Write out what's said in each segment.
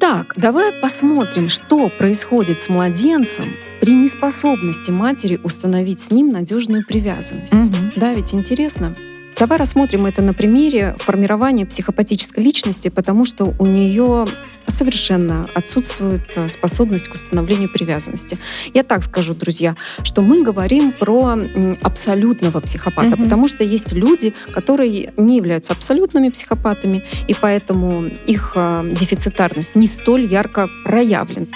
Итак, давай посмотрим, что происходит с младенцем при неспособности матери установить с ним надежную привязанность. Да, ведь интересно. Давай рассмотрим это на примере формирования психопатической личности, потому что у нее совершенно отсутствует способность к установлению привязанности. Я так скажу, друзья, что мы говорим про абсолютного психопата, потому что есть люди, которые не являются абсолютными психопатами, и поэтому их дефицитарность не столь ярко проявлена.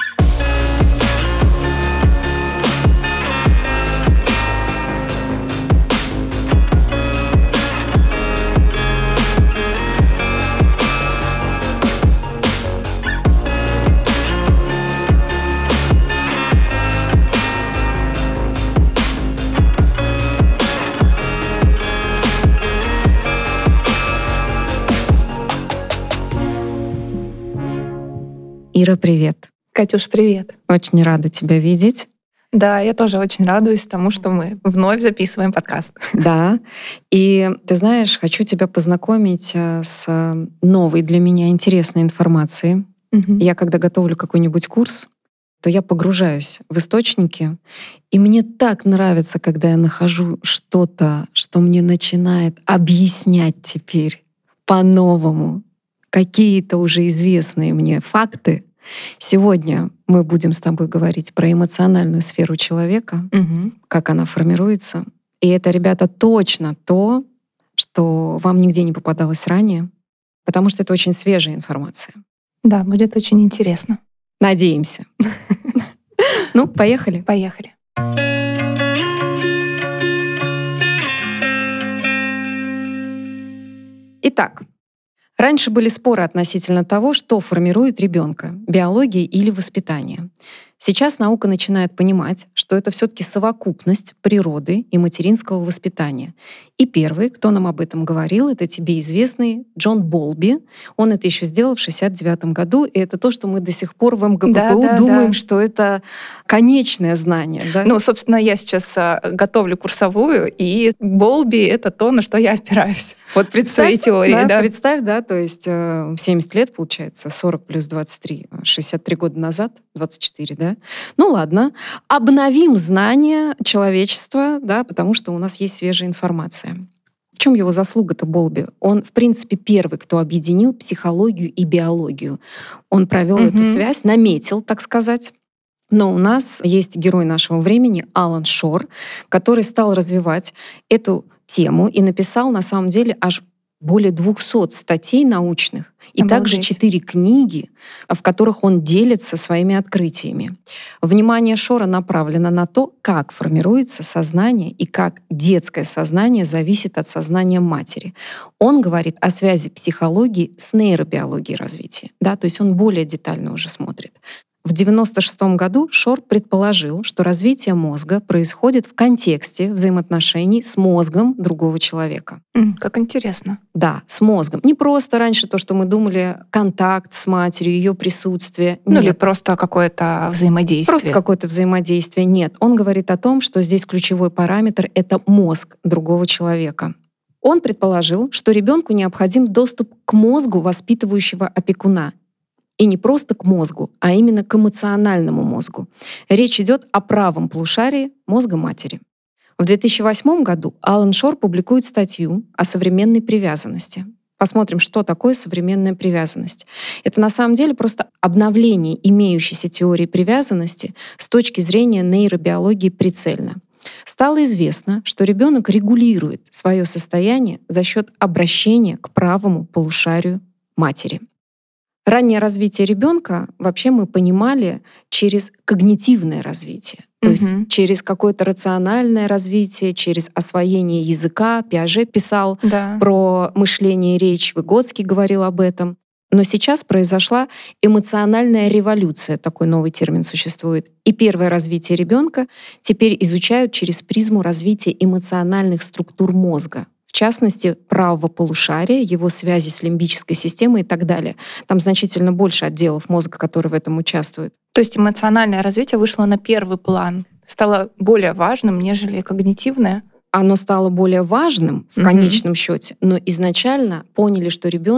Ира, привет. Катюш, привет. Очень рада тебя видеть. Да, я тоже очень радуюсь тому, что мы вновь записываем подкаст. Да, и ты знаешь, хочу тебя познакомить с новой для меня интересной информацией. Я когда готовлю какой-нибудь курс, то я погружаюсь в источники, и мне так нравится, когда я нахожу что-то, что мне начинает объяснять теперь по-новому какие-то уже известные мне факты. Сегодня мы будем с тобой говорить про эмоциональную сферу человека, как она формируется. И это, ребята, точно то, что вам нигде не попадалось ранее, потому что это очень свежая информация. Да, будет очень интересно. Надеемся. Ну, поехали? Поехали. Итак, раньше были споры относительно того, что формирует ребенка — биология или воспитание. Сейчас наука начинает понимать, что это все-таки совокупность природы и материнского воспитания. И первый, кто нам об этом говорил, это тебе известный Джон Болби. Он это еще сделал в 1969 году, и это то, что мы до сих пор в МГППУ думаем, что это конечное знание. Да? Ну, собственно, я сейчас готовлю курсовую, и Болби — это то, на что я опираюсь. Вот представь, своей теории, да. Представь, да, то есть 70 лет, получается, 40 плюс 23, 63 года назад, 24, да? Ну ладно, обновим знания человечества, да, потому что у нас есть свежая информация. В чем его заслуга-то Болби? Он, в принципе, первый, кто объединил психологию и биологию. Он провел эту связь, наметил, так сказать. Но у нас есть герой нашего времени Алан Шор, который стал развивать эту тему и написал, на самом деле, аж более 200 статей научных и также 4 книги, в которых он делится своими открытиями. Внимание Шора направлено на то, как формируется сознание и как детское сознание зависит от сознания матери. Он говорит о связи психологии с нейробиологией развития. Да? То есть он более детально уже смотрит. В 1996 году Шор предположил, что развитие мозга происходит в контексте взаимоотношений с мозгом другого человека. Как интересно. Да, с мозгом. Не просто раньше то, что мы думали, контакт с матерью, ее присутствие. Ну или просто какое-то взаимодействие. Просто какое-то взаимодействие. Нет. Он говорит о том, что здесь ключевой параметр — это мозг другого человека. Он предположил, что ребенку необходим доступ к мозгу воспитывающего опекуна. И не просто к мозгу, а именно к эмоциональному мозгу. Речь идет о правом полушарии мозга матери. В 2008 году Алан Шор публикует статью о современной привязанности. Посмотрим, что такое современная привязанность. Это на самом деле просто обновление имеющейся теории привязанности с точки зрения нейробиологии прицельно. Стало известно, что ребенок регулирует свое состояние за счет обращения к правому полушарию матери. Раннее развитие ребенка вообще мы понимали через когнитивное развитие, то есть через какое-то рациональное развитие, через освоение языка. Пиаже писал про мышление и речь, Выготский говорил об этом. Но сейчас произошла эмоциональная революция, такой новый термин существует. И первое развитие ребенка теперь изучают через призму развития эмоциональных структур мозга. В частности, правого полушария, его связи с лимбической системой и так далее. Там значительно больше отделов мозга, которые в этом участвуют. То есть эмоциональное развитие вышло на первый план, стало более важным, нежели когнитивное? Оно стало более важным в конечном счете, но изначально поняли, что ребенок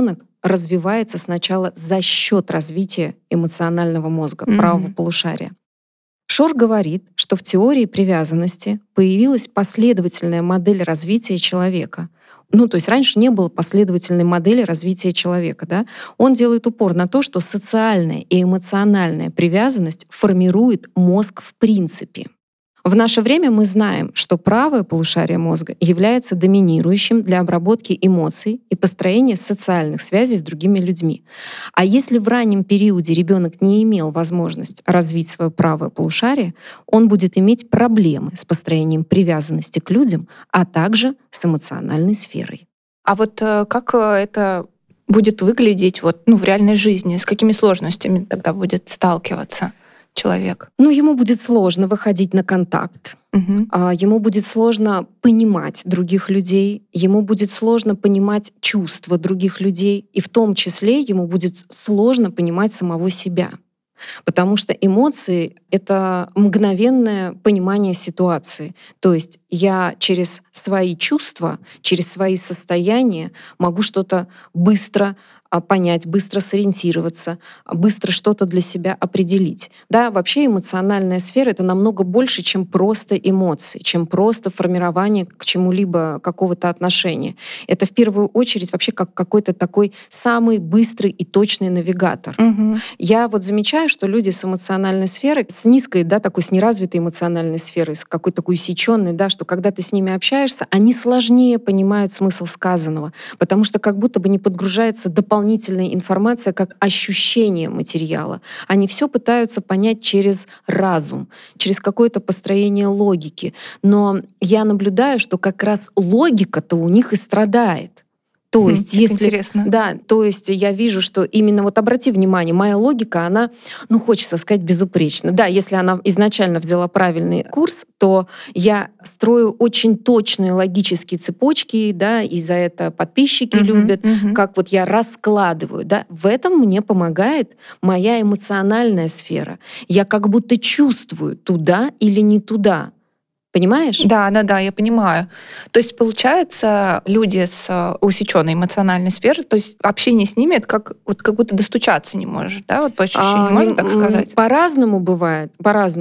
развивается сначала за счет развития эмоционального мозга, правого полушария. Шор говорит, что в теории привязанности появилась последовательная модель развития человека. То есть раньше не было последовательной модели развития человека. Да? Он делает упор на то, что социальная и эмоциональная привязанность формирует мозг в принципе. В наше время мы знаем, что правое полушарие мозга является доминирующим для обработки эмоций и построения социальных связей с другими людьми. А если в раннем периоде ребенок не имел возможность развить свое правое полушарие, он будет иметь проблемы с построением привязанности к людям, а также с эмоциональной сферой. А вот как это будет выглядеть в реальной жизни? С какими сложностями тогда будет сталкиваться человек? Ему будет сложно выходить на контакт. Ему будет сложно понимать других людей, ему будет сложно понимать чувства других людей, и в том числе ему будет сложно понимать самого себя. Потому что эмоции — это мгновенное понимание ситуации. То есть я через свои чувства, через свои состояния могу что-то быстро понять, быстро сориентироваться, быстро что-то для себя определить. Да, вообще эмоциональная сфера — это намного больше, чем просто эмоции, чем просто формирование к чему-либо какого-то отношения. Это в первую очередь вообще как какой-то такой самый быстрый и точный навигатор. Я замечаю, что люди с эмоциональной сферой, с низкой, такой с неразвитой эмоциональной сферой, с какой-то такой усеченной, что когда ты с ними общаешься, они сложнее понимают смысл сказанного, потому что как будто бы не подгружается дополнительная информация как ощущение материала. Они все пытаются понять через разум, через какое-то построение логики. Но я наблюдаю, что как раз логика-то у них и страдает. То есть, если... Интересно. Да, то есть я вижу, что именно обрати внимание, моя логика, она, хочется сказать, безупречна. Да, если она изначально взяла правильный курс, то я строю очень точные логические цепочки, да, и за это подписчики любят, как я раскладываю, да. В этом мне помогает моя эмоциональная сфера. Я как будто чувствую, туда или не туда. Понимаешь? Да, я понимаю. То есть, получается, люди с усеченной эмоциональной сферой, то есть общение с ними — это как будто достучаться не можешь, да, по ощущению, можно так сказать? По-разному бывает.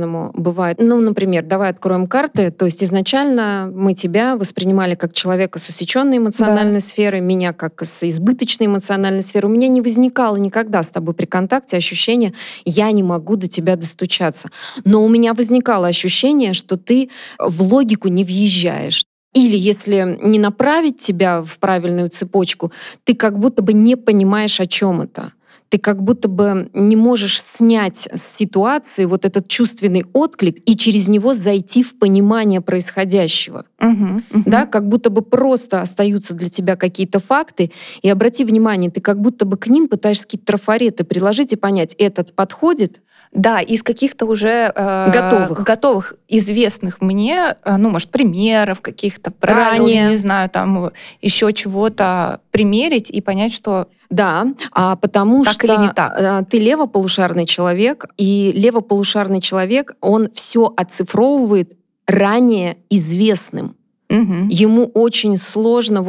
Например, давай откроем карты. То есть изначально мы тебя воспринимали как человека с усеченной эмоциональной сферой, меня как с избыточной эмоциональной сферой. У меня не возникало никогда с тобой при контакте ощущения «я не могу до тебя достучаться». Но у меня возникало ощущение, что ты в логику не въезжаешь. Или если не направить тебя в правильную цепочку, ты как будто бы не понимаешь, о чем это. Ты как будто бы не можешь снять с ситуации этот чувственный отклик и через него зайти в понимание происходящего. Да, как будто бы просто остаются для тебя какие-то факты, и обрати внимание, ты как будто бы к ним пытаешься какие-то трафареты приложить и понять, этот подходит. Да, из каких-то уже готовых, известных мне, может, примеров каких-то правил, не знаю, там еще чего-то примерить и понять, что да, потому так что или не так. Ты левополушарный человек, и левополушарный человек, он все оцифровывает ранее известным. Ему очень сложно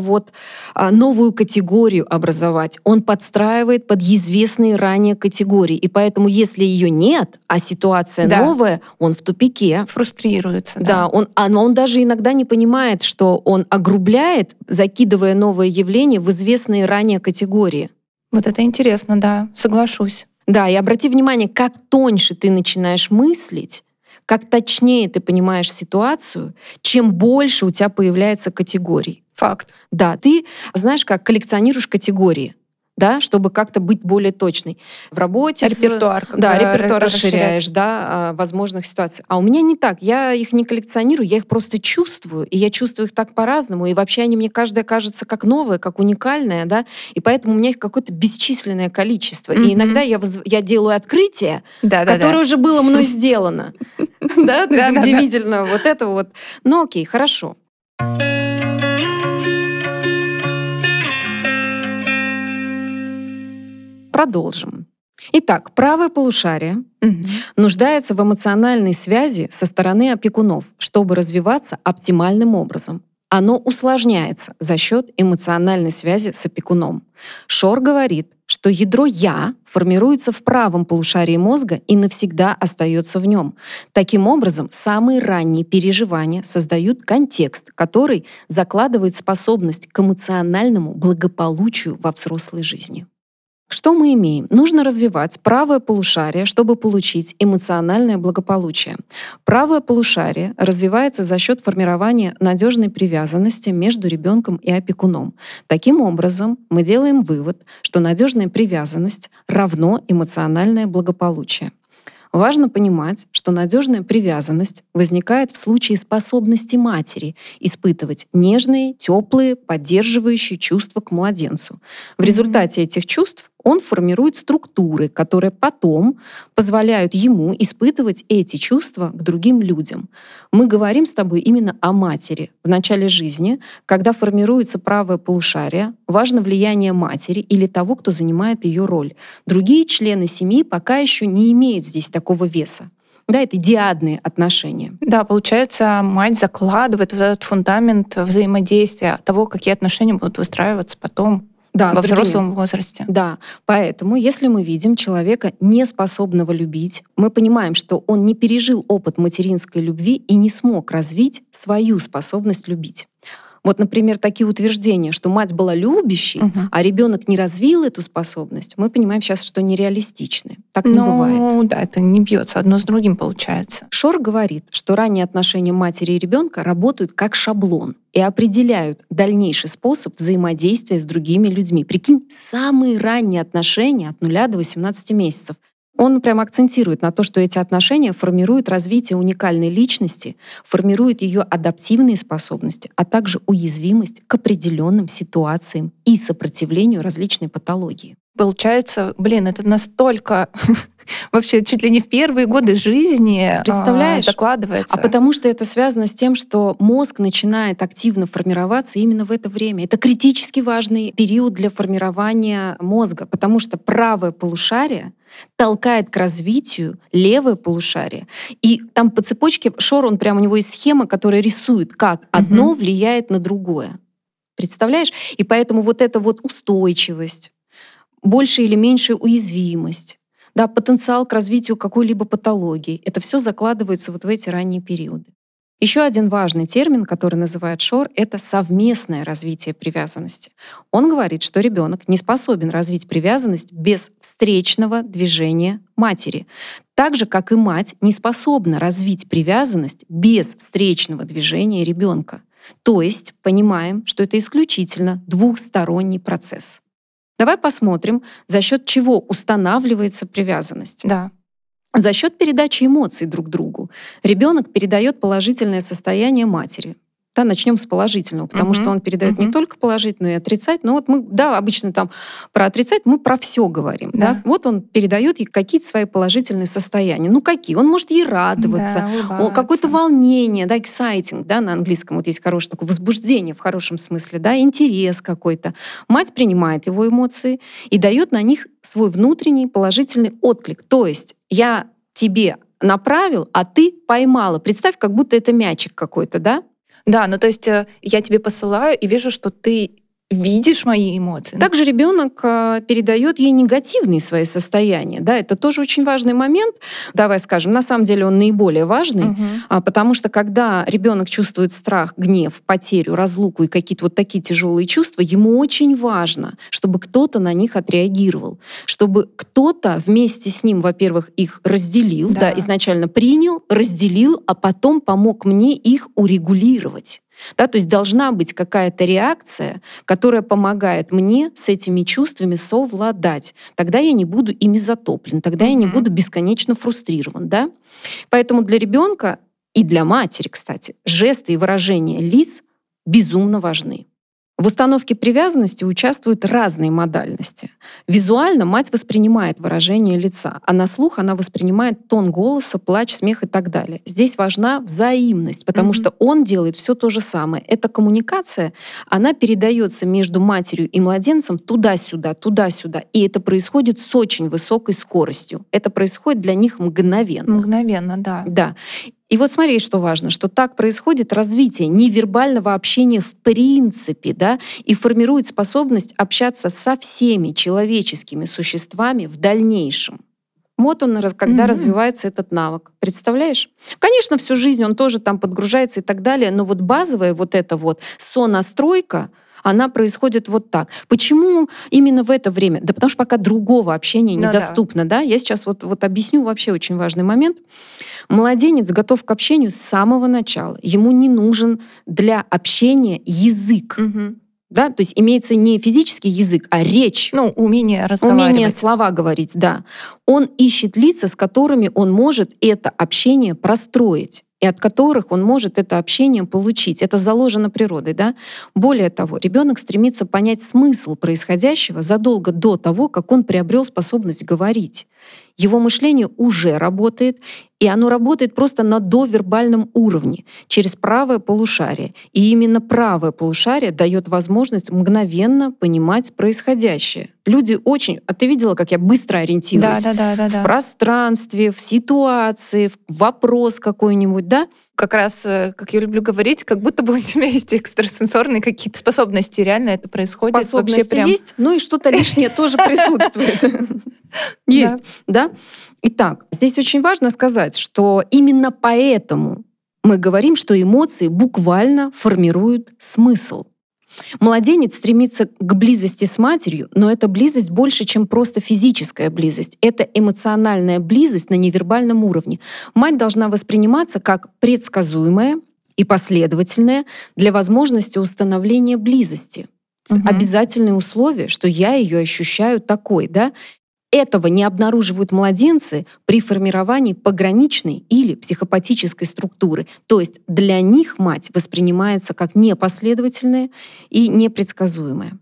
новую категорию образовать. Он подстраивает под известные ранее категории. И поэтому, если ее нет, а ситуация новая, он в тупике. Фрустрируется. Да, он даже иногда не понимает, что он огрубляет, закидывая новое явление в известные ранее категории. Вот это интересно, да, соглашусь. Да, и обрати внимание, как тоньше ты начинаешь мыслить, как точнее ты понимаешь ситуацию, чем больше у тебя появляется категорий. Факт. Да, ты, знаешь, как коллекционируешь категории, да, чтобы как-то быть более точной. В работе... Репертуар. Репертуар расширяешь, возможных ситуаций. А у меня не так. Я их не коллекционирую, я их просто чувствую. И я чувствую их так по-разному. И вообще они мне каждая кажется как новая, как уникальная, да. И поэтому у меня их какое-то бесчисленное количество. И иногда я делаю открытие, которое уже было мной сделано. Да, то есть удивительно. Вот это вот. Ну окей, хорошо. Продолжим. Итак, правое полушарие нуждается в эмоциональной связи со стороны опекунов, чтобы развиваться оптимальным образом. оно усложняется за счет эмоциональной связи с опекуном. Шор говорит, что ядро «я» формируется в правом полушарии мозга и навсегда остается в нем. Таким образом, самые ранние переживания создают контекст, который закладывает способность к эмоциональному благополучию во взрослой жизни. Что мы имеем? Нужно развивать правое полушарие, чтобы получить эмоциональное благополучие. Правое полушарие развивается за счет формирования надежной привязанности между ребенком и опекуном. Таким образом, мы делаем вывод, что надежная привязанность равно эмоциональное благополучие. Важно понимать, что надежная привязанность возникает в случае способности матери испытывать нежные, теплые, поддерживающие чувства к младенцу. В результате этих чувств он формирует структуры, которые потом позволяют ему испытывать эти чувства к другим людям. Мы говорим с тобой именно о матери. В начале жизни, когда формируется правое полушарие, важно влияние матери или того, кто занимает ее роль. Другие члены семьи пока еще не имеют здесь такого веса. Да, это диадные отношения. Да, получается, мать закладывает вот этот фундамент взаимодействия, того, какие отношения будут выстраиваться потом. Да, во взрослом возрасте. Да, поэтому если мы видим человека, неспособного любить, мы понимаем, что он не пережил опыт материнской любви и не смог развить свою способность любить. Вот, например, такие утверждения, что мать была любящей, а ребенок не развил эту способность, мы понимаем сейчас, что нереалистичны. Так не бывает. Ну да, это не бьется одно с другим, получается. Шор говорит, что ранние отношения матери и ребенка работают как шаблон и определяют дальнейший способ взаимодействия с другими людьми. Прикинь, самые ранние отношения от 0 до 18 месяцев. Он прям акцентирует на то, что эти отношения формируют развитие уникальной личности, формируют ее адаптивные способности, а также уязвимость к определенным ситуациям и сопротивлению различной патологии. Получается, это настолько вообще чуть ли не в первые годы жизни, представляешь, закладывается. А потому что это связано с тем, что мозг начинает активно формироваться именно в это время. Это критически важный период для формирования мозга, потому что правое полушарие толкает к развитию левое полушарие. И там по цепочке Шор, у него есть схема, которая рисует, как одно влияет на другое. Представляешь? И поэтому вот эта вот устойчивость, большая или меньшая уязвимость, да, потенциал к развитию какой-либо патологии, это все закладывается вот в эти ранние периоды. Еще один важный термин, который называет Шор, это совместное развитие привязанности. Он говорит, что ребенок не способен развить привязанность без встречного движения матери, так же, как и мать не способна развить привязанность без встречного движения ребенка. То есть понимаем, что это исключительно двухсторонний процесс. Давай посмотрим, за счет чего устанавливается привязанность. Да. За счет передачи эмоций друг другу. Ребенок передает положительное состояние матери. Да, начнем с положительного, потому что он передает не только положительное, но и отрицательное. Но вот мы, да, обычно там про отрицательное мы про все говорим. Да. Вот он передает ей какие-то свои положительные состояния. Ну какие? Он может ей радоваться, какое-то волнение, да, exciting, да, на английском вот есть хорошее такое возбуждение в хорошем смысле, да, интерес какой-то. Мать принимает его эмоции и дает на них свой внутренний положительный отклик. То есть я тебе направил, а ты поймала. Представь, как будто это мячик какой-то, да? Да, то есть я тебе посылаю и вижу, что ты видишь мои эмоции. Также ребенок передает ей негативные свои состояния. Да, это тоже очень важный момент. Давай скажем, на самом деле он наиболее важный, потому что когда ребенок чувствует страх, гнев, потерю, разлуку и какие-то вот такие тяжелые чувства, ему очень важно, чтобы кто-то на них отреагировал, чтобы кто-то вместе с ним, во-первых, их разделил, да, изначально принял, разделил, а потом помог мне их урегулировать. Да, то есть должна быть какая-то реакция, которая помогает мне с этими чувствами совладать. Тогда я не буду ими затоплен, тогда я не буду бесконечно фрустрирован. Да? Поэтому для ребенка и для матери, кстати, жесты и выражения лиц безумно важны. В установке привязанности участвуют разные модальности. Визуально мать воспринимает выражение лица, а на слух она воспринимает тон голоса, плач, смех и так далее. Здесь важна взаимность, потому что он делает все то же самое. Эта коммуникация, она передается между матерью и младенцем туда-сюда, туда-сюда. И это происходит с очень высокой скоростью. Это происходит для них мгновенно. Мгновенно, да. Да. И вот смотри, что важно, что так происходит развитие невербального общения в принципе, да, и формирует способность общаться со всеми человеческими существами в дальнейшем. Вот он, когда развивается этот навык. Представляешь? Конечно, всю жизнь он тоже там подгружается и так далее, но вот базовая вот эта вот сонастройка, она происходит вот так. Почему именно в это время? Да потому что пока другого общения недоступно. Да. Я сейчас вот объясню вообще очень важный момент. Младенец готов к общению с самого начала. Ему не нужен для общения язык. Да? То есть имеется не физический язык, а речь. Умение разговаривать. Умение слова говорить, да. Он ищет лица, с которыми он может это общение простроить, и от которых он может это общение получить. Это заложено природой, да? Более того, ребенок стремится понять смысл происходящего задолго до того, как он приобрел способность говорить. Его мышление уже работает, и оно работает просто на довербальном уровне, через правое полушарие. И именно правое полушарие дает возможность мгновенно понимать происходящее. Люди очень... А ты видела, как я быстро ориентируюсь? Да. В пространстве, в ситуации, в вопрос какой-нибудь, да? Как раз, как я люблю говорить, как будто бы у тебя есть экстрасенсорные какие-то способности. Реально это происходит. Способности вообще прям... есть, и что-то лишнее тоже присутствует. Есть, да? Итак, здесь очень важно сказать, что именно поэтому мы говорим, что эмоции буквально формируют смысл. Младенец стремится к близости с матерью, но эта близость больше, чем просто физическая близость. Это эмоциональная близость на невербальном уровне. Мать должна восприниматься как предсказуемая и последовательная для возможности установления близости. Обязательное условие, что я ее ощущаю такой, да? Этого не обнаруживают младенцы при формировании пограничной или психопатической структуры. То есть для них мать воспринимается как непоследовательная и непредсказуемая.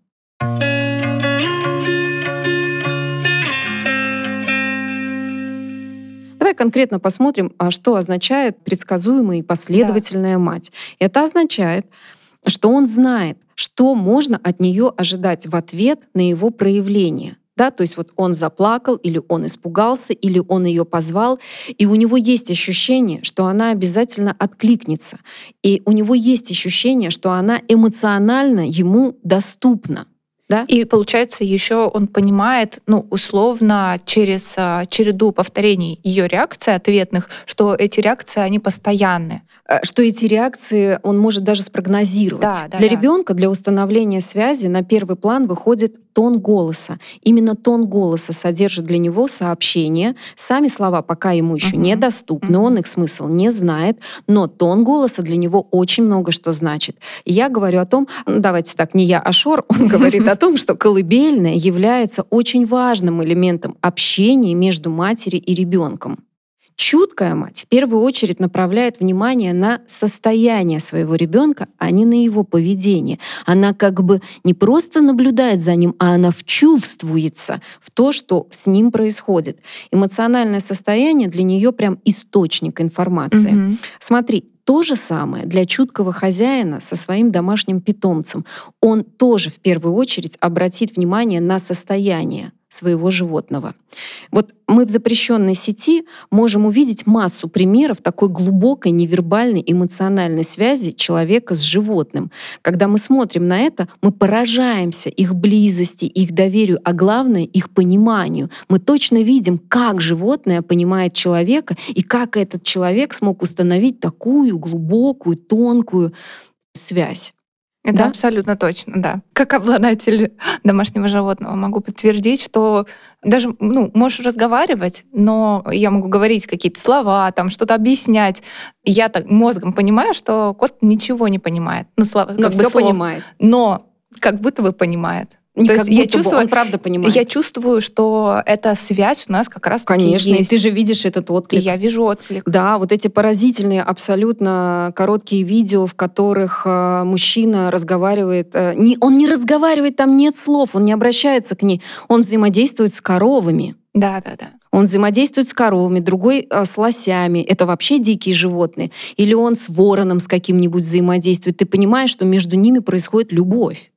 Давай конкретно посмотрим, что означает предсказуемая и последовательная мать. Это означает, что он знает, что можно от нее ожидать в ответ на его проявление. Да, то есть вот он заплакал, или он испугался, или он ее позвал, и у него есть ощущение, что она обязательно откликнется. И у него есть ощущение, что она эмоционально ему доступна. Да? И получается, еще он понимает, условно, через череду повторений ее реакций ответных, что эти реакции, они постоянны. Что эти реакции он может даже спрогнозировать. Для ребенка, для установления связи на первый план выходит тон голоса. Именно тон голоса содержит для него сообщения. Сами слова пока ему еще недоступны, он их смысл не знает, но тон голоса для него очень много что значит. И я говорю о том, давайте так, не я, а Шор, он говорит о том, что колыбельная является очень важным элементом общения между матерью и ребенком. Чуткая мать в первую очередь направляет внимание на состояние своего ребенка, а не на его поведение. Она как бы не просто наблюдает за ним, а она вчувствуется в то, что с ним происходит. Эмоциональное состояние для нее прям источник информации. Смотри, то же самое для чуткого хозяина со своим домашним питомцем. Он тоже в первую очередь обратит внимание на состояние своего животного. Вот мы в запрещенной сети можем увидеть массу примеров такой глубокой невербальной эмоциональной связи человека с животным. Когда мы смотрим на это, мы поражаемся их близости, их доверию, а главное — их пониманию. Мы точно видим, как животное понимает человека и как этот человек смог установить такую глубокую, тонкую связь. Это абсолютно точно, да. Как обладатель домашнего животного могу подтвердить, что даже, можешь разговаривать, но я могу говорить какие-то слова, там что-то объяснять. Я так мозгом понимаю, что кот ничего не понимает. Но все понимает. Но как будто бы понимает. То есть я чувствую, он правда понимает. Я чувствую, что эта связь у нас как раз-таки есть. Конечно, и ты же видишь этот отклик. И я вижу отклик. Да, вот эти поразительные, абсолютно короткие видео, в которых мужчина разговаривает. Он не разговаривает, там нет слов, он не обращается к ней. Он взаимодействует с коровами. Да. Он взаимодействует с коровами, другой с лосями. Это вообще дикие животные. Или он с вороном с каким-нибудь взаимодействует. Ты понимаешь, что между ними происходит любовь.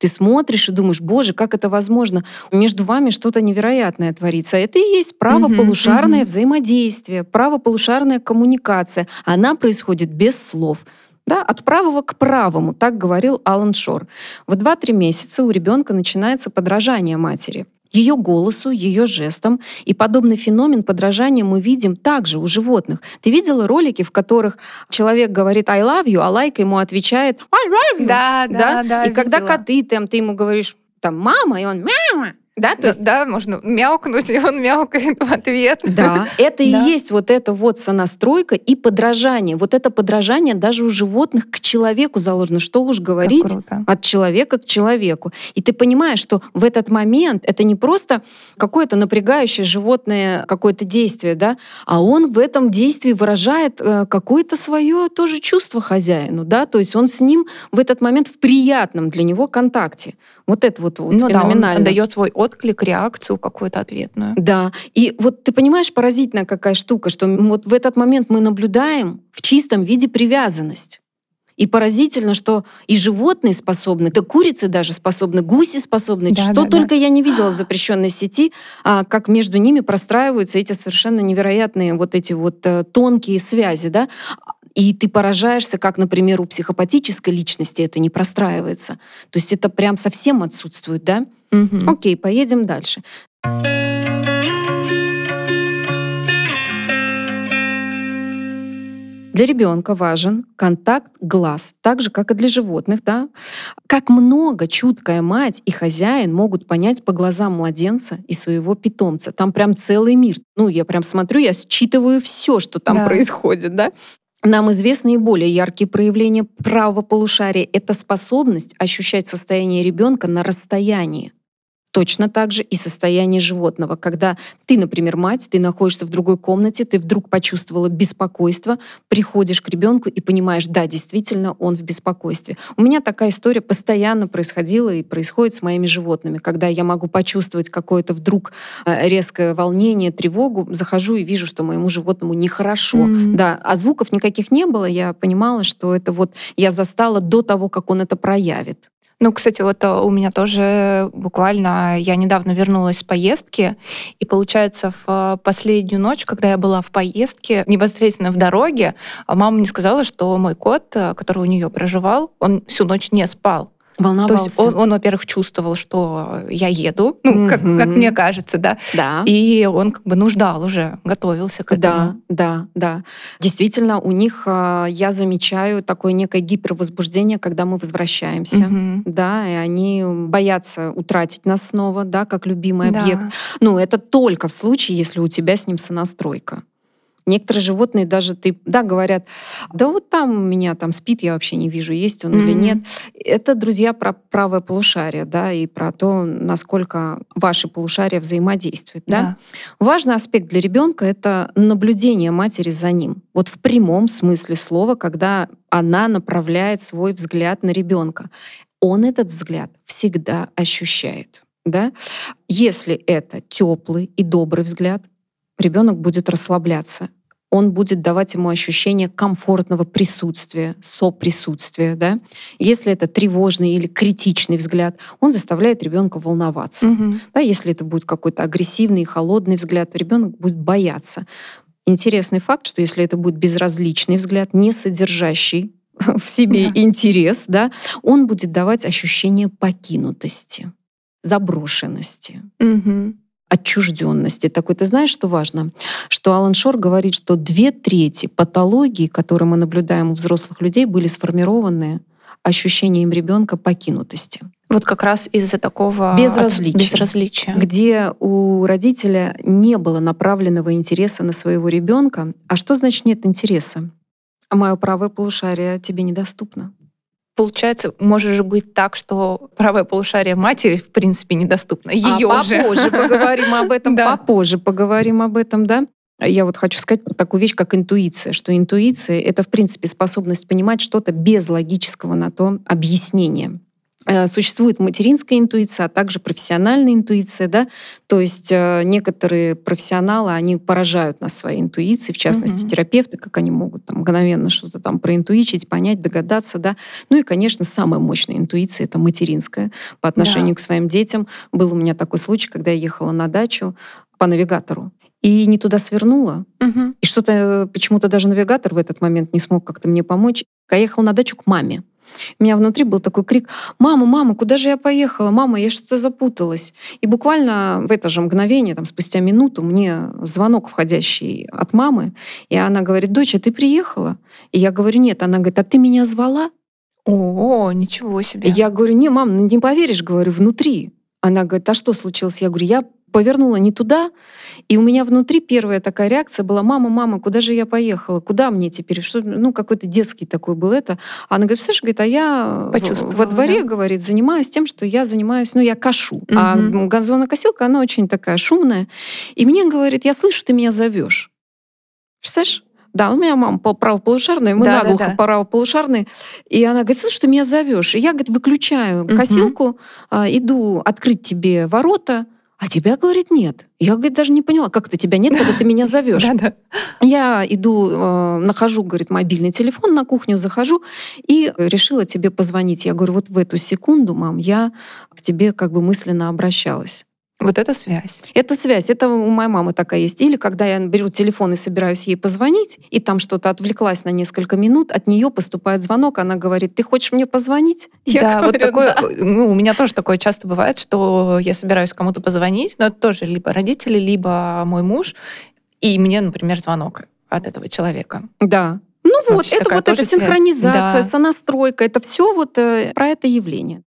Ты смотришь и думаешь, боже, как это возможно? Между вами что-то невероятное творится. Это и есть правополушарное взаимодействие, правополушарная коммуникация. Она происходит без слов. Да, от правого к правому, так говорил Алан Шор. В 2-3 месяца у ребенка начинается подражание матери. Ее голосу, ее жестам. И подобный феномен подражания мы видим также у животных. Ты видела ролики, в которых человек говорит «I love you», а лайка ему отвечает «I love you». Да, И когда видела. коты, ты ему говоришь «мама», и он «мяу». Да, то есть Да, можно мяукнуть, и он мяукает в ответ. да, это и Да. есть вот эта вот сонастройка и подражание. Вот это подражание даже у животных к человеку заложено. Что уж говорить, круто. от человека к человеку. И ты понимаешь, что в этот момент это не просто какое-то напрягающее животное какое-то действие, да, а он в этом действии выражает какое-то свое тоже чувство хозяину, да, то есть он с ним в этот момент в приятном для него контакте. Вот это вот Ну да, феноменально. он дает свой отклик, реакцию какую-то ответную. Да, и вот ты понимаешь, поразительная какая штука, что вот в этот момент мы наблюдаем в чистом виде привязанность. И поразительно, что и животные способны, да курицы даже способны, гуси способны, Да, что да, только я не видела в запрещенной сети, как между ними простраиваются эти совершенно невероятные вот эти вот тонкие связи, да. И ты поражаешься, как, например, у психопатической личности это не простраивается. То есть это прям совсем отсутствует, да? Мгм. Окей, поедем дальше. Для ребенка важен контакт глаз, так же, как и для животных. Да? Как много чуткая мать и хозяин могут понять по глазам младенца и своего питомца. Там прям целый мир. Ну, я прям смотрю, я считываю все, что там Да. происходит. Да? Нам известны и более яркие проявления правого полушария. Это способность ощущать состояние ребенка на расстоянии. Точно так же и состояние животного. Когда ты, например, мать, ты находишься в другой комнате, ты вдруг почувствовала беспокойство, приходишь к ребенку и понимаешь, да, действительно, он в беспокойстве. У меня такая история постоянно происходила и происходит с моими животными. Когда я могу почувствовать какое-то вдруг резкое волнение, тревогу, захожу и вижу, что моему животному нехорошо. Да, а звуков никаких не было, я понимала, что это вот я застала до того, как он это проявит. Ну, кстати, вот у меня тоже буквально я недавно вернулась с поездки, и получается, в последнюю ночь, когда я была в поездке, непосредственно в дороге, мама мне сказала, что мой кот, который у нее проживал, он всю ночь не спал. Волновался. То есть он, во-первых, чувствовал, что я еду, ну, как мне кажется, да. Да. И он как бы ждал уже, готовился к этому. Да. Действительно, у них я замечаю такое некое гипервозбуждение, когда мы возвращаемся. Мгм. Да, и они боятся утратить нас снова, да, как любимый Да. объект. Ну, это только в случае, если у тебя с ним сонастройка. Некоторые животные даже говорят, да вот там у меня там спит, я вообще не вижу, есть он или нет. Это, друзья, про правое полушарие, да, и про то, насколько ваши полушария взаимодействуют, да. Важный аспект для ребенка — это наблюдение матери за ним. Вот в прямом смысле слова, когда она направляет свой взгляд на ребенка. Он этот взгляд всегда ощущает, да. Если это теплый и добрый взгляд, ребенок будет расслабляться. Он будет давать ему ощущение комфортного присутствия, соприсутствия. Да? Если это тревожный или критичный взгляд, он заставляет ребенка волноваться. Да, если это будет какой-то агрессивный и холодный взгляд, ребенок будет бояться. Интересный факт, что если это будет безразличный взгляд, не содержащий в себе интерес, да, он будет давать ощущение покинутости, заброшенности. Отчужденности. Такой, ты знаешь, что важно? Что Алан Шор говорит, что 2/3 патологий, которые мы наблюдаем у взрослых людей, были сформированы ощущением ребенка покинутости. Вот как раз из-за такого безразличия. Где у родителя не было направленного интереса на своего ребенка. А что значит нет интереса? Мое правое полушарие тебе недоступно. Получается, может же быть так, что правое полушарие матери, в принципе, недоступно. Ее попозже поговорим об этом, попозже поговорим об этом, да? Я вот хочу сказать про такую вещь, как интуиция, что интуиция — это, в принципе, способность понимать что-то без логического на то объяснения. Существует материнская интуиция, а также профессиональная интуиция, да, то есть некоторые профессионалы, они поражают нас своей интуицией, в частности, Мгм. терапевты, как они могут там мгновенно что-то там проинтуичить, понять, догадаться, да. Ну и, конечно, самая мощная интуиция — это материнская по Да. отношению к своим детям. Был у меня такой случай, когда я ехала на дачу по навигатору и не туда свернула, Мгм. и что-то почему-то даже навигатор в этот момент не смог как-то мне помочь. Я ехала на дачу к маме. У меня внутри был такой крик: «Мама, мама, куда же я поехала? Мама, я что-то запуталась». И буквально в это же мгновение, там, спустя минуту, мне звонок входящий от мамы, и она говорит: «Доча, ты приехала?» И я говорю: «Нет». Она говорит: «А ты меня звала?» О, ничего И себе. я говорю: «Не, мам, ну не поверишь, говорю, внутри». Она говорит: «А что случилось?» Я говорю: «Я повернула не туда, и у меня внутри первая такая реакция была: мама, мама, куда же я поехала? Куда мне теперь? Что?» Ну, какой-то детский такой был это. Она говорит: «Слышь, говорит, а я во Почувствовала, да? дворе, говорит, занимаюсь тем, что я занимаюсь, ну, я кашу. А Мгм. газонокосилка, она очень такая шумная. И мне, говорит, я слышу, ты меня зовешь». Представляешь? Да, у меня мама правополушарная, мы наглухо Да-да-да. правополушарные. И она говорит: «Слышь, ты меня зовешь». И я, говорит, выключаю Мгм. косилку, иду открыть тебе ворота, а тебя, говорит, нет. Я, говорит, даже не поняла, как это тебя нет, когда ты меня зовешь. Да-да. Я иду, нахожу, говорит, мобильный телефон на кухню, захожу и решила тебе позвонить. Я говорю: «Вот в эту секунду, мам, я к тебе как бы мысленно обращалась». Вот это связь. Это связь, это у моей мамы такая есть. Или когда я беру телефон и собираюсь ей позвонить, и там что-то отвлеклась на несколько минут, от нее поступает звонок, она говорит: «Ты хочешь мне позвонить?» Я Да, вот говорю: такое, «Да». ну, у меня тоже такое часто бывает, что я собираюсь кому-то позвонить, но это тоже либо родители, либо мой муж, и мне, например, звонок от этого человека. Да. Ну Вообще такая вот эта тоже связь. синхронизация, Да. сонастройка, это все вот про это явление.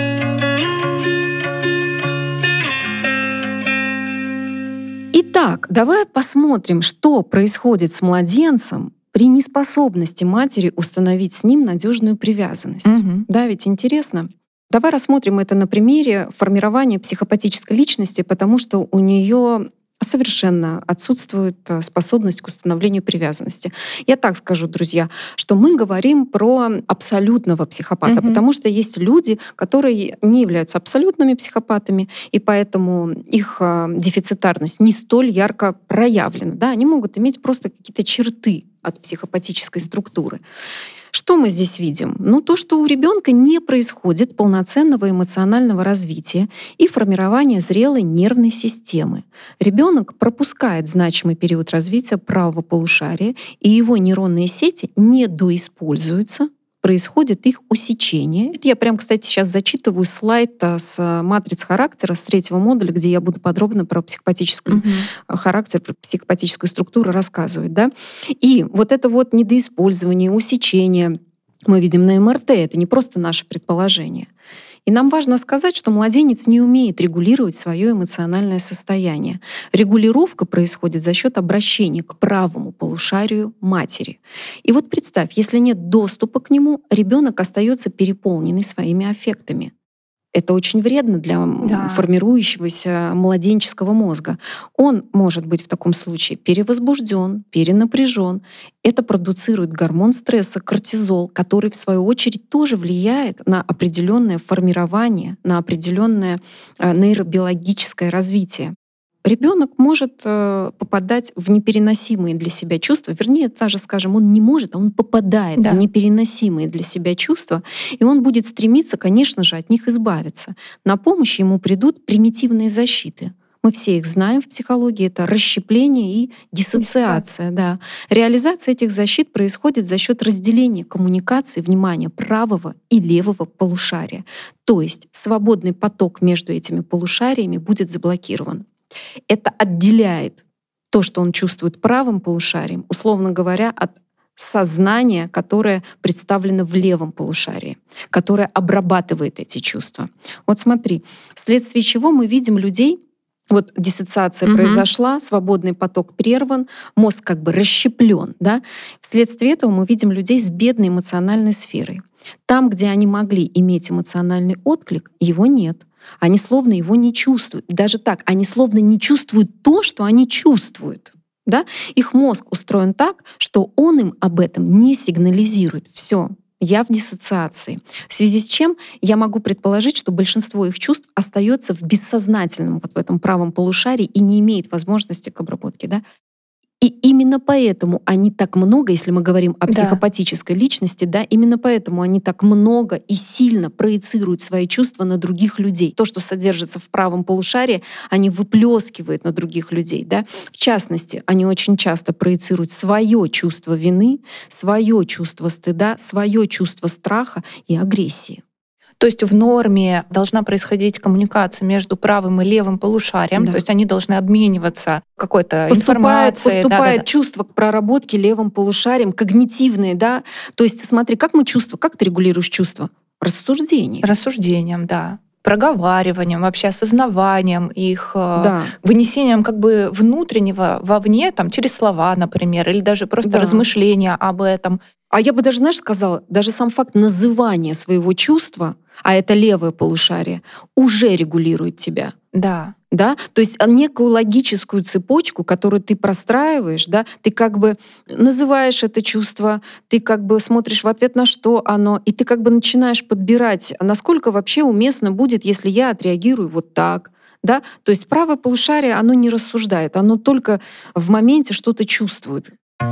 Итак, давай посмотрим, что происходит с младенцем при неспособности матери установить с ним надежную привязанность. Мгм. Да, ведь интересно. Давай рассмотрим это на примере формирования психопатической личности, потому что у нее совершенно отсутствует способность к установлению привязанности. Я так скажу, друзья, что мы говорим про абсолютного психопата, Мгм. потому что есть люди, которые не являются абсолютными психопатами, и поэтому их дефицитарность не столь ярко проявлена. Да? Они могут иметь просто какие-то черты от психопатической структуры. Что мы здесь видим? Ну, то, что у ребенка не происходит полноценного эмоционального развития и формирования зрелой нервной системы. Ребенок пропускает значимый период развития правого полушария, и его нейронные сети недоиспользуются, происходит их усечение. Это я прям, кстати, сейчас зачитываю слайд с матриц характера с 3-го модуля, где я буду подробно про психопатический Мгм. характер, про психопатическую структуру рассказывать. Да? И вот это вот недоиспользование, усечение мы видим на МРТ, это не просто наше предположение. И нам важно сказать, что младенец не умеет регулировать свое эмоциональное состояние. Регулировка происходит за счет обращения к правому полушарию матери. И вот представь, если нет доступа к нему, ребенок остается переполненный своими аффектами. Это очень вредно для Да. формирующегося младенческого мозга. Он может быть в таком случае перевозбужден, перенапряжен. Это продуцирует гормон стресса кортизол, который в свою очередь тоже влияет на определенное формирование, на определенное нейробиологическое развитие. Ребенок может попадать в непереносимые для себя чувства, вернее, даже, скажем, он не может, а он попадает в Да. непереносимые для себя чувства, и он будет стремиться, конечно же, от них избавиться. На помощь ему придут примитивные защиты. Мы все их знаем в психологии, это расщепление и Диссоциация. диссоциация. Да. Реализация этих защит происходит за счет разделения коммуникации, внимания правого и левого полушария. То есть свободный поток между этими полушариями будет заблокирован. Это отделяет то, что он чувствует правым полушарием, условно говоря, от сознания, которое представлено в левом полушарии, которое обрабатывает эти чувства. Вот смотри, вследствие чего мы видим людей, вот диссоциация Мгм. произошла, свободный поток прерван, мозг как бы расщеплен, да? Вследствие этого мы видим людей с бедной эмоциональной сферой. Там, где они могли иметь эмоциональный отклик, его нет. Они словно его не чувствуют. Даже так, они словно не чувствуют то, что они чувствуют. Да? Их мозг устроен так, что он им об этом не сигнализирует. Все. Я в диссоциации. В связи с чем я могу предположить, что большинство их чувств остается в бессознательном, вот в этом правом полушарии и не имеет возможности к обработке. Да? И именно поэтому они так много, если мы говорим о Да. психопатической личности, да, именно поэтому они так много и сильно проецируют свои чувства на других людей. То, что содержится в правом полушарии, они выплескивают на других людей. Да. В частности, они очень часто проецируют свое чувство вины, свое чувство стыда, свое чувство страха и агрессии. То есть в норме должна происходить коммуникация между правым и левым полушарием, Да. то есть они должны обмениваться какой-то Поступает информацией. чувство к проработке левым полушарием, когнитивные, да. То есть смотри, как ты регулируешь чувства? Рассуждение. Рассуждением, да. Проговариванием, вообще осознаванием их, Да. вынесением как бы внутреннего вовне, там, через слова, например, или даже просто Да. размышления об этом. А я бы даже, знаешь, сказала, даже сам факт называния своего чувства, а это левое полушарие, уже регулирует тебя. Да. Да? То есть некую логическую цепочку, которую ты простраиваешь, да, ты как бы называешь это чувство, ты как бы смотришь в ответ на что оно, и ты как бы начинаешь подбирать, насколько вообще уместно будет, если я отреагирую вот так. Да? То есть правое полушарие, оно не рассуждает, оно только в моменте что-то чувствует.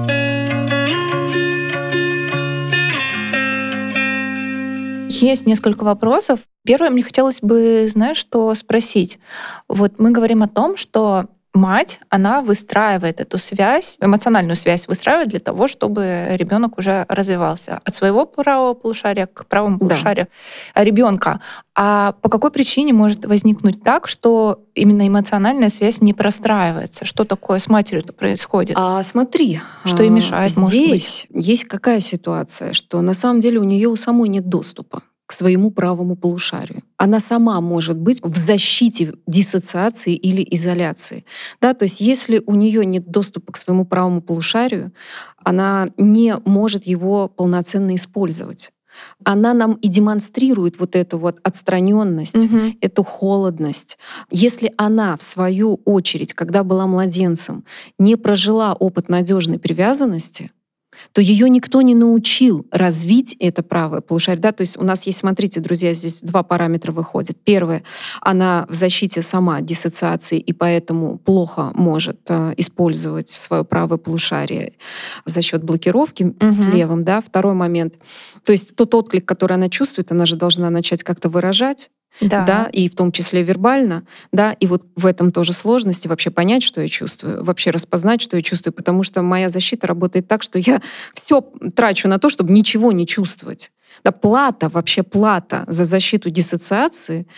Есть несколько вопросов. Первое, мне хотелось бы, знаешь, что спросить. Вот мы говорим о том, что мать, она выстраивает эту связь, эмоциональную связь выстраивает для того, чтобы ребенок уже развивался от своего правого полушария к правому Да. полушарию ребенка. А по какой причине может возникнуть так, что именно эмоциональная связь не простраивается? Что такое с матерью-то происходит? А смотри, Что ей мешает, может быть? здесь есть какая ситуация, что на самом деле у нее у самой нет доступа к своему правому полушарию. Она сама может быть в защите диссоциации или изоляции. Да, то есть если у нее нет доступа к своему правому полушарию, она не может его полноценно использовать. Она нам и демонстрирует вот эту вот отстраненность, Мгм. эту холодность. Если она, в свою очередь, когда была младенцем, не прожила опыт надежной привязанности, то ее никто не научил развить это правое полушарие. Да? То есть у нас есть, смотрите, друзья, здесь два параметра выходят. Первое, она в защите сама диссоциации и поэтому плохо может использовать свое правое полушарие за счет блокировки с Мгм. левым. Да? Второй момент, то есть тот отклик, который она чувствует, она же должна начать как-то выражать. Да, Да. и в том числе вербально, да, и вот в этом тоже сложности вообще понять, что я чувствую, вообще распознать, что я чувствую, потому что моя защита работает так, что я все трачу на то, чтобы ничего не чувствовать. Да, вообще плата за защиту диссоциации,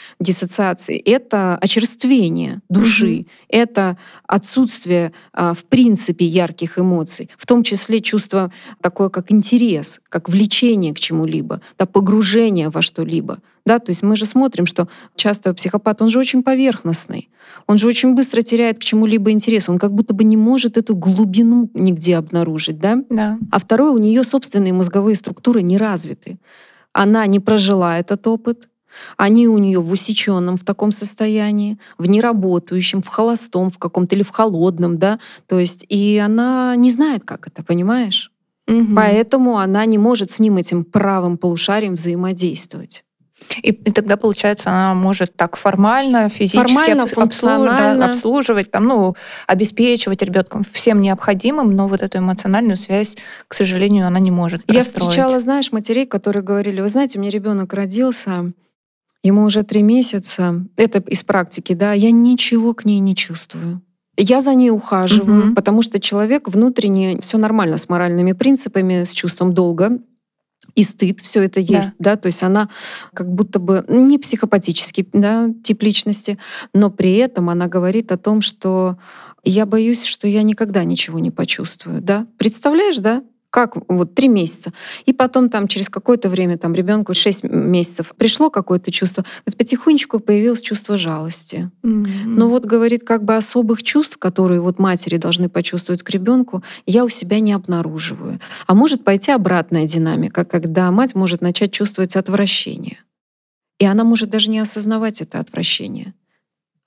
это очерствение души, это отсутствие, в принципе, ярких эмоций, в том числе чувство такое, как интерес, как влечение к чему-либо, да, погружение во что-либо. Да, то есть мы же смотрим, что часто психопат, он же очень поверхностный, он же очень быстро теряет к чему-либо интерес, он как будто бы не может эту глубину нигде обнаружить. Да? Да. А второе, у нее собственные мозговые структуры не развиты. Она не прожила этот опыт, они у нее в усеченном в таком состоянии, в неработающем, в холостом, в каком-то или в холодном, да, то есть и она не знает, как это, понимаешь? Мгм. Поэтому она не может с ним, этим правым полушарием, взаимодействовать. И тогда, получается, она может так формально, физически Формально, функционально. обслуживать, там, обеспечивать ребенка всем необходимым, но вот эту эмоциональную связь, к сожалению, она не может Я простроить. встречала, знаешь, матерей, которые говорили: вы знаете, у меня ребенок родился, ему уже 3 месяца, это из практики, да, я ничего к ней не чувствую. Я за ней ухаживаю, Мгм. потому что человек внутренне, все нормально с моральными принципами, с чувством долга и стыд, все это Да. есть, да, то есть она как будто бы не психопатический, да, тип личности, но при этом она говорит о том, что я боюсь, что я никогда ничего не почувствую, да. Представляешь, да? Как вот 3 месяца. И потом там через какое-то время, там ребенку 6 месяцев пришло какое-то чувство, вот потихонечку появилось чувство жалости. Но вот, говорит, как бы особых чувств, которые вот матери должны почувствовать к ребенку, я у себя не обнаруживаю. А может пойти обратная динамика, когда мать может начать чувствовать отвращение. И она может даже не осознавать это отвращение.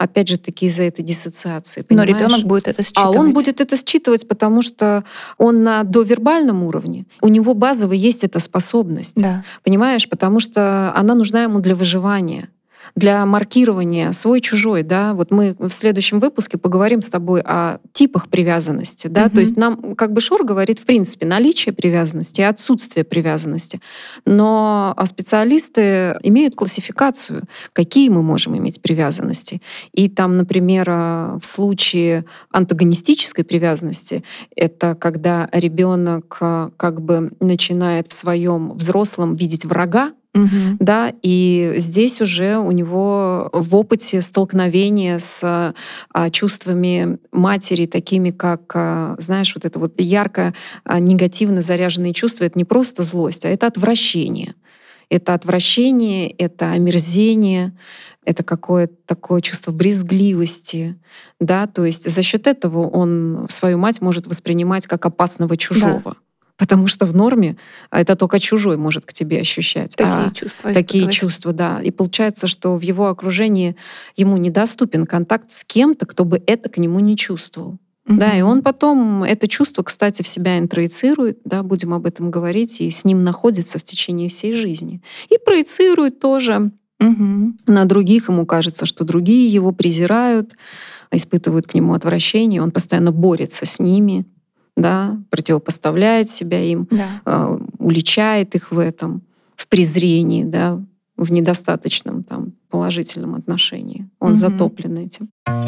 Опять же таки из-за этой диссоциации, Но понимаешь? ребенок будет это А считывать. он будет это считывать, потому что он на довербальном уровне. У него базово есть эта способность. Да. Понимаешь? Потому что она нужна ему для выживания, для маркирования свой-чужой, да. Вот мы в следующем выпуске поговорим с тобой о типах привязанности, да. То есть нам, как бы Шор говорит, в принципе, наличие привязанности и отсутствие привязанности. Но специалисты имеют классификацию, какие мы можем иметь привязанности. И там, например, в случае антагонистической привязанности, это когда ребенок как бы начинает в своем взрослом видеть врага, да, и здесь уже у него в опыте столкновение с чувствами матери, такими как, знаешь, вот это вот ярко негативно заряженные чувства, это не просто злость, а это отвращение. Это отвращение, это омерзение, это какое-то такое чувство брезгливости, да, то есть за счет этого он свою мать может воспринимать как опасного чужого. Да. Потому что в норме это только чужой может к тебе ощущать. Такие чувства, да. И получается, что в его окружении ему недоступен контакт с кем-то, кто бы это к нему не чувствовал. Да, и он потом это чувство, кстати, в себя интроицирует, да, будем об этом говорить, и с ним находится в течение всей жизни. И проецирует тоже на других. Ему кажется, что другие его презирают, испытывают к нему отвращение, он постоянно борется с ними. Да, противопоставляет себя им, уличает их в этом, в презрении, да, в недостаточном там, положительном отношении. Он затоплен этим.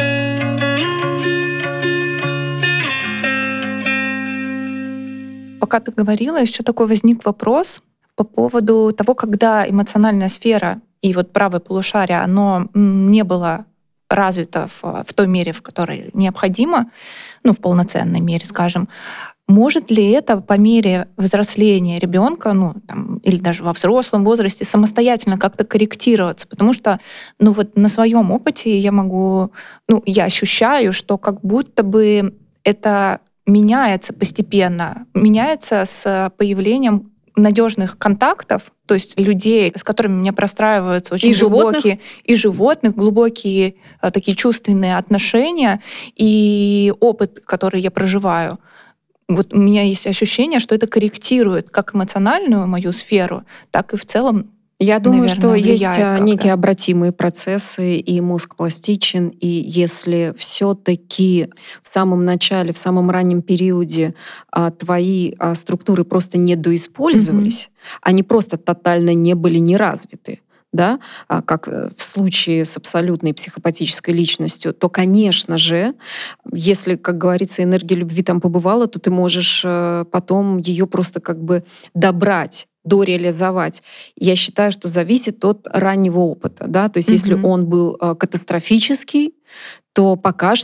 Пока ты говорила, еще такой возник вопрос по поводу того, когда эмоциональная сфера и вот правое полушарие, оно не было развито в той мере, в которой необходимо, в полноценной мере, скажем. Может ли это по мере взросления ребенка, или даже во взрослом возрасте, самостоятельно как-то корректироваться? Потому что, на своем опыте я ощущаю, что как будто бы это меняется постепенно, меняется с появлением надежных контактов, то есть людей, с которыми у меня простраиваются очень глубокие и животных, глубокие такие чувственные отношения и опыт, который я проживаю. Вот у меня есть ощущение, что это корректирует как эмоциональную мою сферу, так и в целом. Я думаю, что есть некие обратимые процессы, и мозг пластичен, и если все-таки в самом начале, в самом раннем периоде твои структуры просто недоиспользовались, они просто тотально не были неразвиты, да, как в случае с абсолютной психопатической личностью, то, конечно же, если, как говорится, энергия любви там побывала, то ты можешь потом ее просто как бы добрать, дореализовать. Я считаю, что зависит от раннего опыта. Да? То есть если он был катастрофический, то пока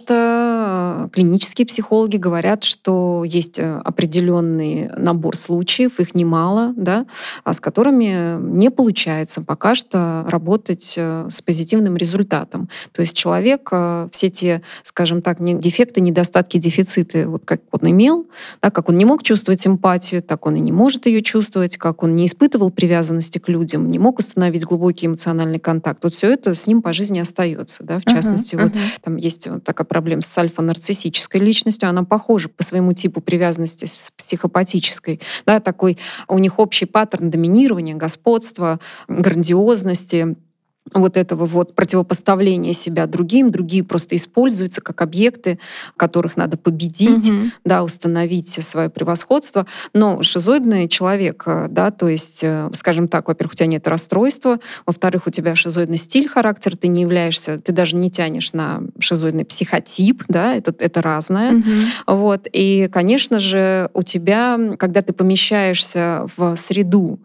что клинические психологи говорят, что есть определенный набор случаев, их немало, да, с которыми не получается пока что работать с позитивным результатом. То есть человек все те, скажем так, дефекты, недостатки, дефициты, вот как он имел, да, как он не мог чувствовать эмпатию, так он и не может ее чувствовать, как он не испытывал привязанности к людям, не мог установить глубокий эмоциональный контакт. Вот все это с ним по жизни остается, да, в частности, вот там есть вот такая проблема с альфа-нарциссической личностью, она похожа по своему типу привязанности с психопатической. Да, такой у них общий паттерн доминирования, господства, грандиозности, вот этого вот противопоставления себя другим, другие просто используются как объекты, которых надо победить, да, установить свое превосходство. Но шизоидный человек, да, то есть, скажем так, во-первых, у тебя нет расстройства, во-вторых, у тебя шизоидный стиль, характер, ты не являешься, ты даже не тянешь на шизоидный психотип, да, это разное. Вот. И, конечно же, у тебя, когда ты помещаешься в среду,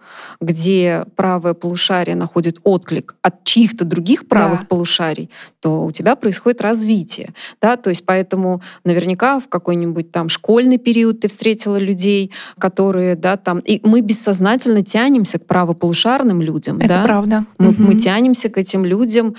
где правое полушарие находит отклик от чьих-то других правых полушарий, то у тебя происходит развитие. Да? То есть поэтому наверняка в какой-нибудь там школьный период ты встретила людей, которые, да, там... И мы бессознательно тянемся к правополушарным людям. Это правда. Мы тянемся к этим людям,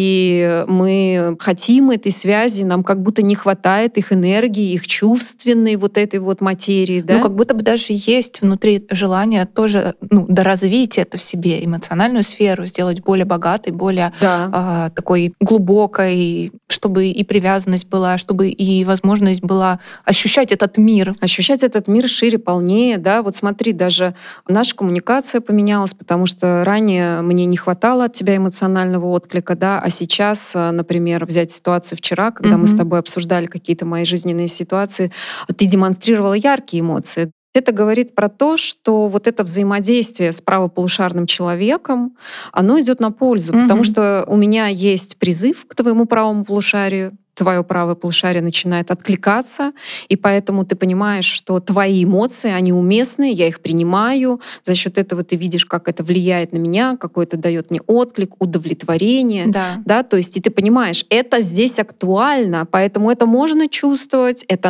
и мы хотим этой связи, нам как будто не хватает их энергии, их чувственной вот этой вот материи. Да? Как будто бы даже есть внутри желание тоже доразвить это в себе, эмоциональную сферу, сделать более богатой, богатой, более Да. такой глубокой, чтобы и привязанность была, чтобы и возможность была ощущать этот мир. Ощущать этот мир шире, полнее, да. Вот смотри, даже наша коммуникация поменялась, потому что ранее мне не хватало от тебя эмоционального отклика, да, а сейчас, например, взять ситуацию вчера, когда мы с тобой обсуждали какие-то мои жизненные ситуации, ты демонстрировала яркие эмоции. Это говорит про то, что вот это взаимодействие с правополушарным человеком, оно идет на пользу, потому что у меня есть призыв к твоему правому полушарию, твое правое полушарие начинает откликаться, и поэтому ты понимаешь, что твои эмоции, они уместны, я их принимаю, за счет этого ты видишь, как это влияет на меня, какой это дает мне отклик, удовлетворение, да, то есть и ты понимаешь, это здесь актуально, поэтому это можно чувствовать, это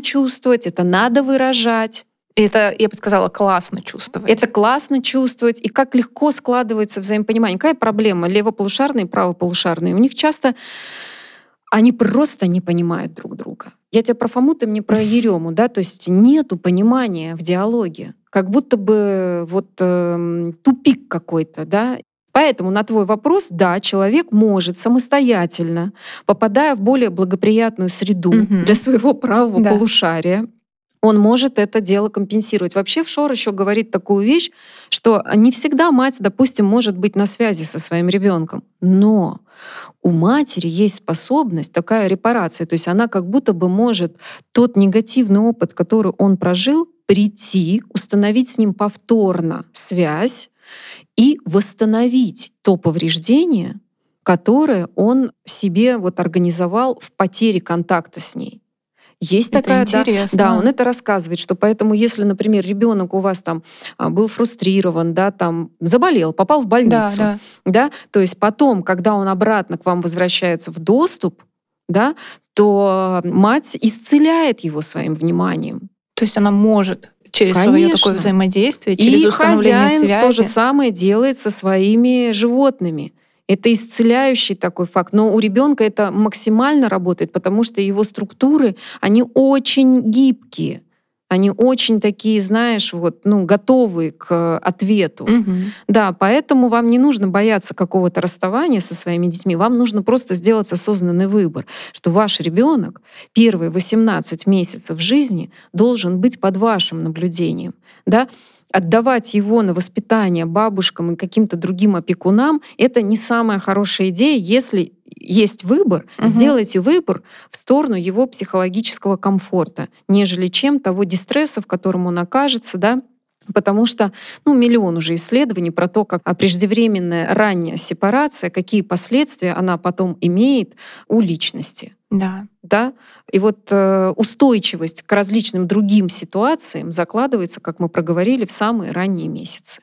надо выражать. Это, я бы сказала, классно чувствовать. Это классно чувствовать, и как легко складывается взаимопонимание. Какая проблема? Левополушарные и правополушарные. У них часто они просто не понимают друг друга. Я тебя про Фому, ты мне про Ерему, да, то есть нету понимания в диалоге. Как будто бы вот тупик какой-то, да. Поэтому на твой вопрос, да, человек может самостоятельно, попадая в более благоприятную среду для своего правого полушария, он может это дело компенсировать. Вообще Шор еще говорит такую вещь, что не всегда мать, допустим, может быть на связи со своим ребенком, но у матери есть способность, такая репарация, то есть она как будто бы может тот негативный опыт, который он прожил, прийти, установить с ним повторно связь и восстановить то повреждение, которое он себе вот организовал в потере контакта с ней. Есть это такая, интересно. да, он это рассказывает, что поэтому, если, например, ребенок у вас там был фрустрирован, да, там заболел, попал в больницу, да, то есть потом, когда он обратно к вам возвращается в доступ, да, то мать исцеляет его своим вниманием. То есть она может через свое такое взаимодействие, через установление связи. И хозяин то же самое делает со своими животными. Это исцеляющий такой факт. Но у ребенка это максимально работает, потому что его структуры, они очень гибкие. Они очень такие, знаешь, вот, готовые к ответу. Да, поэтому вам не нужно бояться какого-то расставания со своими детьми. Вам нужно просто сделать осознанный выбор, что ваш ребенок первые 18 месяцев жизни должен быть под вашим наблюдением. Да? Отдавать его на воспитание бабушкам и каким-то другим опекунам — это не самая хорошая идея. Если есть выбор, сделайте выбор в сторону его психологического комфорта, нежели чем того дистресса, в котором он окажется, да, потому что, миллион уже исследований про то, как преждевременная ранняя сепарация, какие последствия она потом имеет у личности. Да? И вот устойчивость к различным другим ситуациям закладывается, как мы проговорили, в самые ранние месяцы.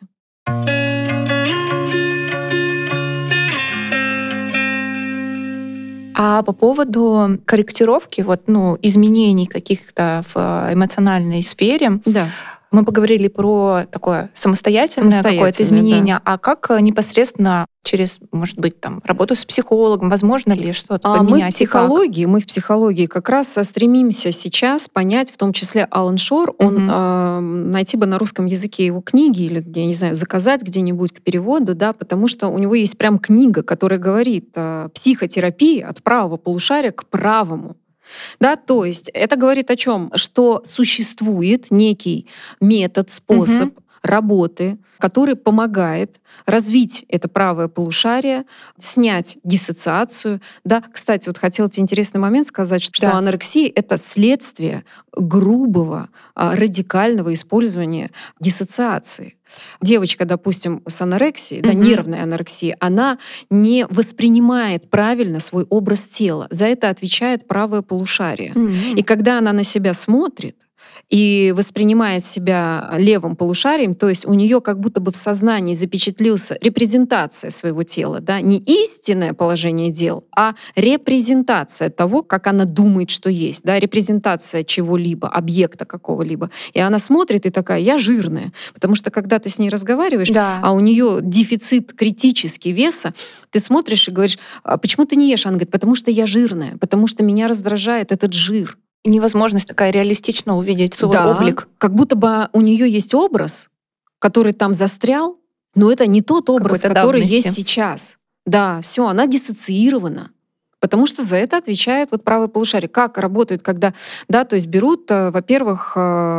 А по поводу корректировки, изменений каких-то в эмоциональной сфере, мы поговорили про такое самостоятельное какое-то изменение. Да. А как непосредственно через, может быть, там, работу с психологом, возможно ли что-то поменять? Мы в психологии как раз стремимся сейчас понять, в том числе Алан Шор, найти бы на русском языке его книги или, я не знаю, заказать где-нибудь к переводу, да, потому что у него есть прям книга, которая говорит психотерапия от правого полушария к правому. Да, то есть это говорит о чем? Что существует некий метод, способ работы, который помогает развить это правое полушарие, снять диссоциацию. Да, кстати, вот хотела тебе интересный момент сказать, что анорексия — это следствие грубого, радикального использования диссоциации. Девочка, допустим, с анорексией, нервной анорексией, она не воспринимает правильно свой образ тела. За это отвечает правое полушарие. И когда она на себя смотрит и воспринимает себя левым полушарием, то есть у нее как будто бы в сознании запечатлился репрезентация своего тела, да, не истинное положение дел, а репрезентация того, как она думает, что есть, да, репрезентация чего-либо, объекта какого-либо. И она смотрит и такая: я жирная. Потому что когда ты с ней разговариваешь, а у нее дефицит критический веса, ты смотришь и говоришь: почему ты не ешь? Она говорит: потому что я жирная, потому что меня раздражает этот жир. Невозможность такая реалистично увидеть свой облик. Как будто бы у нее есть образ, который там застрял, но это не тот образ, который есть сейчас. Да, все, она диссоциирована. Потому что за это отвечает вот правое полушарие. Как работает, когда, да, то есть берут, во-первых,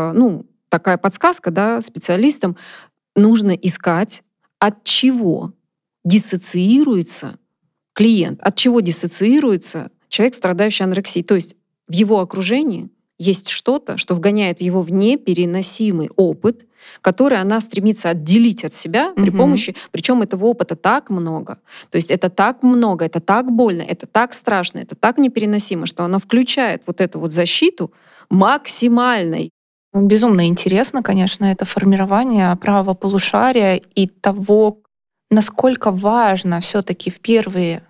такая подсказка, да, специалистам, нужно искать, от чего диссоциируется клиент, от чего диссоциируется человек, страдающий анорексией. То есть в его окружении есть что-то, что вгоняет в его непереносимый опыт, который она стремится отделить от себя при помощи, причем этого опыта так много, то есть это так много, это так больно, это так страшно, это так непереносимо, что она включает вот эту вот защиту максимальной. Безумно интересно, конечно, это формирование правого полушария и того, насколько важно все-таки в первые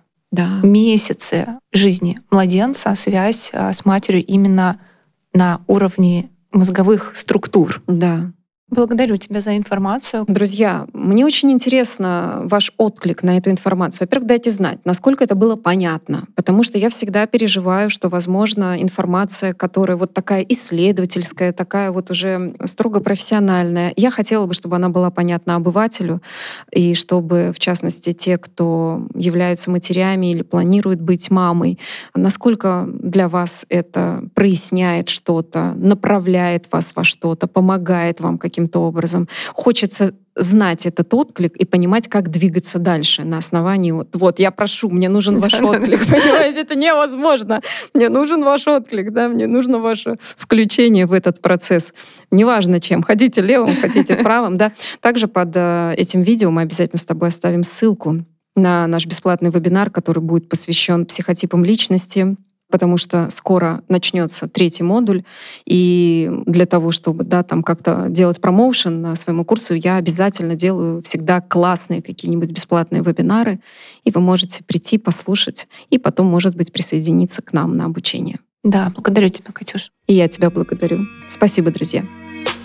месяцы жизни младенца связь с матерью именно на уровне мозговых структур. Да. Благодарю тебя за информацию. Друзья, мне очень интересно ваш отклик на эту информацию. Во-первых, дайте знать, насколько это было понятно, потому что я всегда переживаю, что, возможно, информация, которая вот такая исследовательская, такая вот уже строго профессиональная, я хотела бы, чтобы она была понятна обывателю, и чтобы, в частности, те, кто являются матерями или планируют быть мамой, насколько для вас это проясняет что-то, направляет вас во что-то, помогает вам каким-то образом. Хочется знать этот отклик и понимать, как двигаться дальше на основании вот я прошу, мне нужен ваш отклик, понимаете, это невозможно. Мне нужен ваш отклик, да, мне нужно ваше включение в этот процесс. Неважно чем, хотите левым, хотите правым, да. Также под этим видео мы обязательно с тобой оставим ссылку на наш бесплатный вебинар, который будет посвящен психотипам личности, потому что скоро начнется 3-й модуль, и для того, чтобы там как-то делать промоушен своему курсу, я обязательно делаю всегда классные какие-нибудь бесплатные вебинары, и вы можете прийти, послушать, и потом, может быть, присоединиться к нам на обучение. Да, благодарю тебя, Катюш. И я тебя благодарю. Спасибо, друзья.